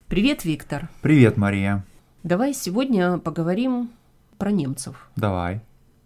Привет, Виктор. Привет, Мария. Давай сегодня поговорим про немцев, Давай.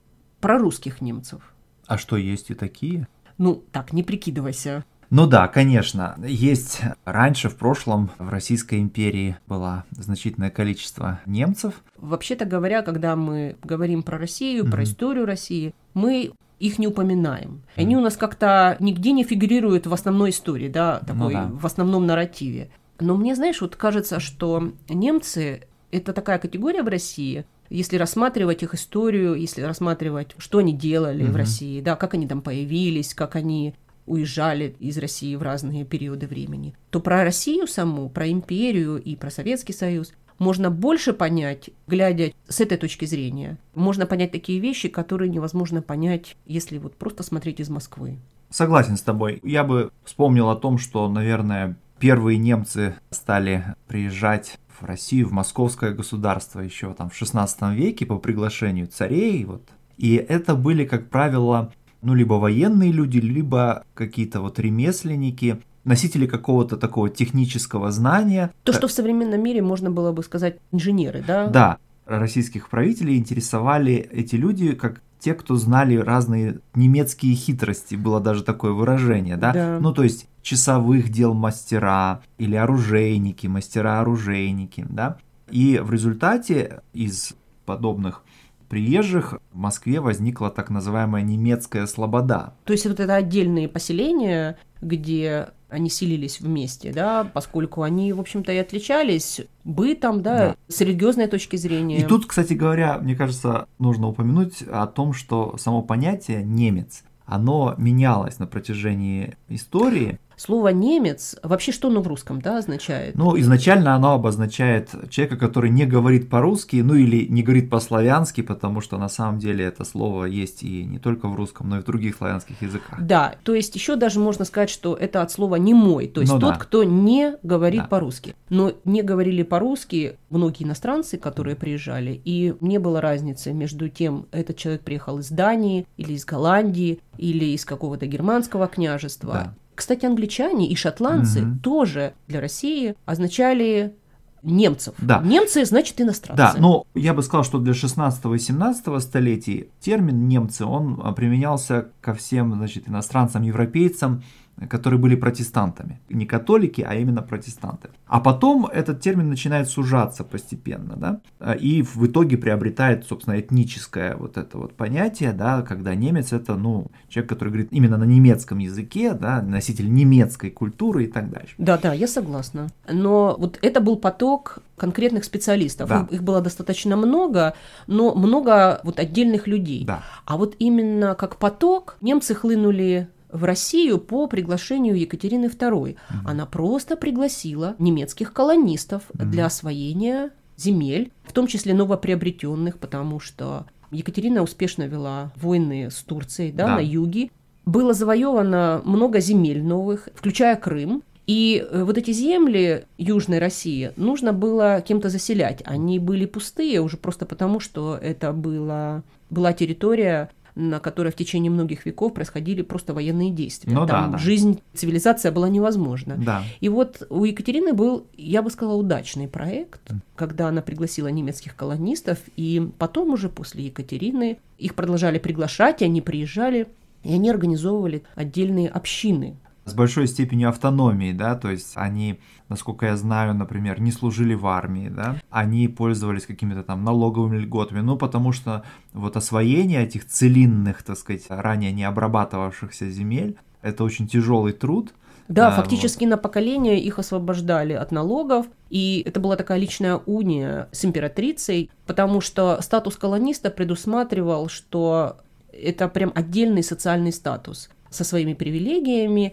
про русских немцев. А что, есть и такие? Ну, так, не прикидывайся. Ну да, конечно. Есть раньше, в прошлом, в Российской империи было значительное количество немцев. Вообще-то говоря, когда мы говорим про Россию, про историю России, мы их не упоминаем. Они у нас как-то нигде не фигурируют в основной истории, да, такой, в основном нарративе. Но мне, знаешь, вот кажется, что немцы – это такая категория в России, если рассматривать их историю, если рассматривать, что они делали в России, да, как они там появились, как они уезжали из России в разные периоды времени, то про Россию саму, про империю и про Советский Союз можно больше понять, глядя с этой точки зрения. Можно понять такие вещи, которые невозможно понять, если вот просто смотреть из Москвы. Согласен с тобой. Я бы вспомнил о том, что, наверное, первые немцы стали приезжать в Россию, в московское государство еще там в XVI веке по приглашению царей. И это были, как правило, либо военные люди, либо какие-то ремесленники, носители какого-то такого технического знания. То, что в современном мире можно было бы сказать инженеры, да? Да, российских правителей интересовали эти люди как те, кто знали разные немецкие хитрости, было даже такое выражение, да? То есть часовых дел мастера или оружейники, мастера-оружейники, да? И в результате из подобных приезжих в Москве возникла так называемая немецкая слобода. То есть вот это отдельные поселения, где они селились вместе, да, поскольку они, в общем-то, и отличались бытом, да, с религиозной точки зрения. И тут, кстати говоря, мне кажется, нужно упомянуть о том, что само понятие «немец», оно менялось на протяжении истории. Слово «немец» вообще что оно в русском, да, означает? Изначально оно обозначает человека, который не говорит по-русски, или не говорит по-славянски, потому что на самом деле это слово есть и не только в русском, но и в других славянских языках. Да, то есть еще даже можно сказать, что это от слова «немой», то есть тот, кто не говорит по-русски. Но не говорили по-русски многие иностранцы, которые приезжали, и не было разницы между тем, этот человек приехал из Дании или из Голландии или из какого-то германского княжества. Да. Кстати, англичане и шотландцы тоже для России означали немцев. Да. Немцы значит иностранцы. Да, но я бы сказал, что для 16 и 17 столетий термин «немцы», он применялся ко всем, иностранцам, европейцам, которые были протестантами. Не католики, а именно протестанты. А потом этот термин начинает сужаться постепенно, да, и в итоге приобретает, собственно, этническое это понятие, да, когда немец это, человек, который говорит именно на немецком языке, да, носитель немецкой культуры и так дальше. Да, я согласна. Но вот это был поток конкретных специалистов. Да. Их было достаточно много, но много отдельных людей. Да. А вот именно как поток немцы хлынули в Россию по приглашению Екатерины II. Она просто пригласила немецких колонистов для освоения земель, в том числе новоприобретенных, потому что Екатерина успешно вела войны с Турцией, на юге. Было завоевано много земель новых, включая Крым. И эти земли Южной России нужно было кем-то заселять. Они были пустые уже просто потому, что это была территория, на которой в течение многих веков происходили просто военные действия. Там жизнь, цивилизация была невозможна. Да. И у Екатерины был, я бы сказала, удачный проект, когда она пригласила немецких колонистов, и потом уже после Екатерины их продолжали приглашать, и они приезжали, и они организовывали отдельные общины. С большой степенью автономии, да, то есть они, насколько я знаю, например, не служили в армии, да, они пользовались какими-то там налоговыми льготами, потому что освоение этих целинных, так сказать, ранее не обрабатывавшихся земель, это очень тяжелый труд. Да, фактически на поколение их освобождали от налогов, и это была такая личная уния с императрицей, потому что статус колониста предусматривал, что это прям отдельный социальный статус со своими привилегиями,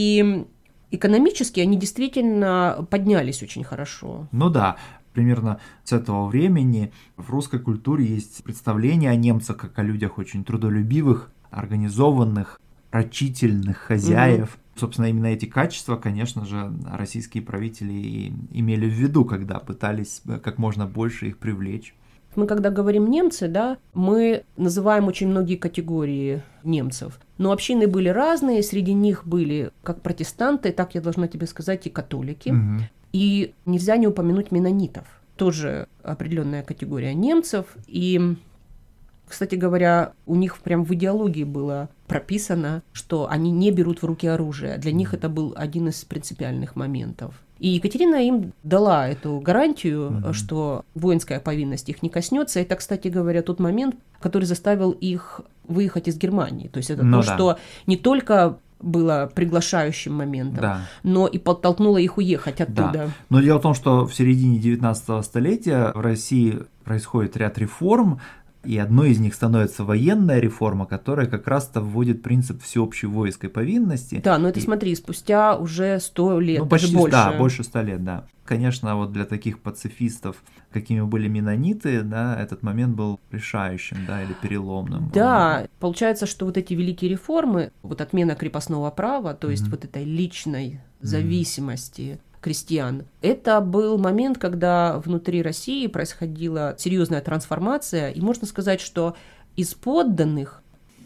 и экономически они действительно поднялись очень хорошо. Примерно с этого времени в русской культуре есть представление о немцах как о людях очень трудолюбивых, организованных, рачительных хозяев. Собственно, именно эти качества, конечно же, российские правители и имели в виду, когда пытались как можно больше их привлечь. Мы, когда говорим немцы, да, мы называем очень многие категории немцев. Но общины были разные, среди них были как протестанты, так я должна тебе сказать, и католики. И нельзя не упомянуть меннонитов. Тоже определенная категория немцев. И, кстати говоря, у них прям в идеологии было прописано, что они не берут в руки оружие. Для них это был один из принципиальных моментов. И Екатерина им дала эту гарантию, что воинская повинность их не коснется. Это, кстати говоря, тот момент, который заставил их выехать из Германии. То есть это что не только было приглашающим моментом, но и подтолкнуло их уехать оттуда. Да. Но дело в том, что в середине 19 столетия в России происходит ряд реформ, и одной из них становится военная реформа, которая как раз-то вводит принцип всеобщей воинской повинности. Да, но это смотри, спустя уже 100 лет, ну, почти, больше. Да, больше 100 лет, да. Конечно, вот для таких пацифистов, какими были меннониты, да, этот момент был решающим, да, или переломным. Да, получается, что вот эти великие реформы, вот отмена крепостного права, то есть вот этой личной зависимости крестьян, это был момент, когда внутри России происходила серьезная трансформация, и можно сказать, что из подданных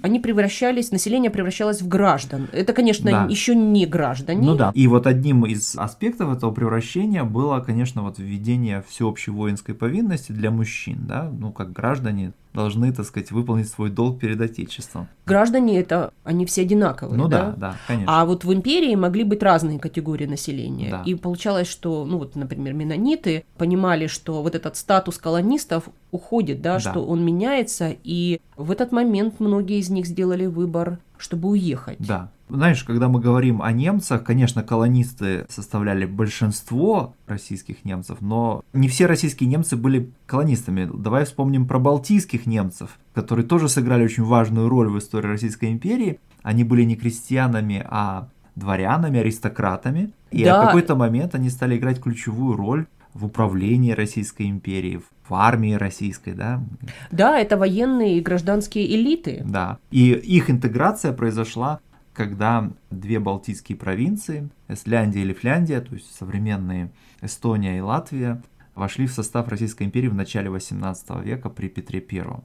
население превращалось в граждан. Это, конечно, еще не граждане. Ну да. И вот одним из аспектов этого превращения было, конечно, вот введение всеобщей воинской повинности для мужчин, да, ну как граждане должны, так сказать, выполнить свой долг перед Отечеством. Граждане они все одинаковые, ну да? Да, конечно. А вот в империи могли быть разные категории населения. Да. И получалось, что, ну вот, например, меннониты понимали, что вот этот статус колонистов уходит, да, что он меняется, и в этот момент многие из них сделали выбор, чтобы уехать. Да. Знаешь, когда мы говорим о немцах, конечно, колонисты составляли большинство российских немцев, но не все российские немцы были колонистами. Давай вспомним про балтийских немцев, которые тоже сыграли очень важную роль в истории Российской империи. Они были не крестьянами, а дворянами, аристократами. И в какой-то момент они стали играть ключевую роль в управлении Российской империей, в армии российской, да? Да, это военные и гражданские элиты. Да, и их интеграция произошла, когда две балтийские провинции, Эстляндия и Лифляндия, то есть современные Эстония и Латвия, вошли в состав Российской империи в начале XVIII века при Петре I.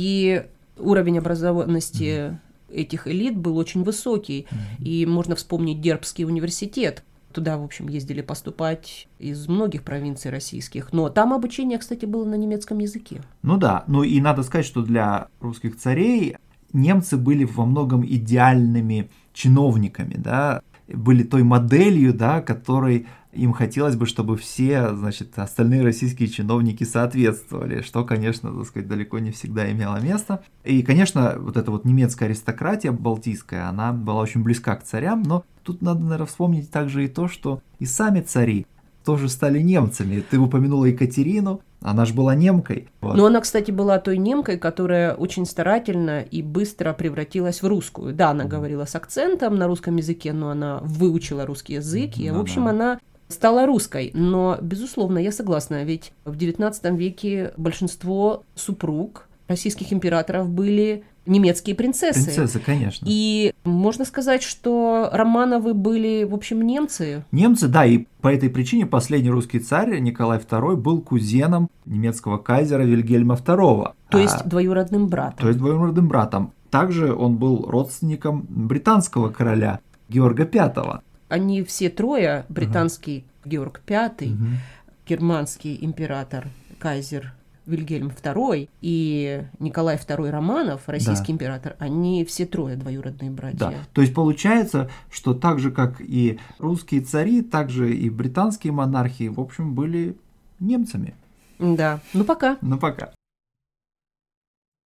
И уровень образованности этих элит был очень высокий. И можно вспомнить Дербский университет. Туда, в общем, ездили поступать из многих провинций российских. Но там обучение, кстати, было на немецком языке. Ну да, ну и надо сказать, что для русских царей немцы были во многом идеальными чиновниками, да, были той моделью, да, которой им хотелось бы, чтобы все, значит, остальные российские чиновники соответствовали, что, конечно, так сказать, далеко не всегда имело место. И, конечно, вот эта вот немецкая аристократия балтийская, она была очень близка к царям, но тут надо, наверное, вспомнить также и то, что и сами цари тоже стали немцами. Ты упомянула Екатерину, она же была немкой. Вот. Но она, кстати, была той немкой, которая очень старательно и быстро превратилась в русскую. Да, она говорила с акцентом на русском языке, но она выучила русский язык, и, в общем, она стала русской. Но, безусловно, я согласна, ведь в XIX веке большинство супруг российских императоров были немецкие принцессы. Принцессы, конечно. И можно сказать, что Романовы были, в общем, немцы. Немцы, да, и по этой причине последний русский царь Николай II был кузеном немецкого кайзера Вильгельма II. То есть двоюродным братом. Также он был родственником британского короля Георга V. Они все трое, британский Георг V, германский император кайзер Вильгельм II и Николай II Романов, российский император, они все трое двоюродные братья. Да. То есть получается, что так же, как и русские цари, так же и британские монархи, в общем, были немцами. Да. Ну пока. Ну пока.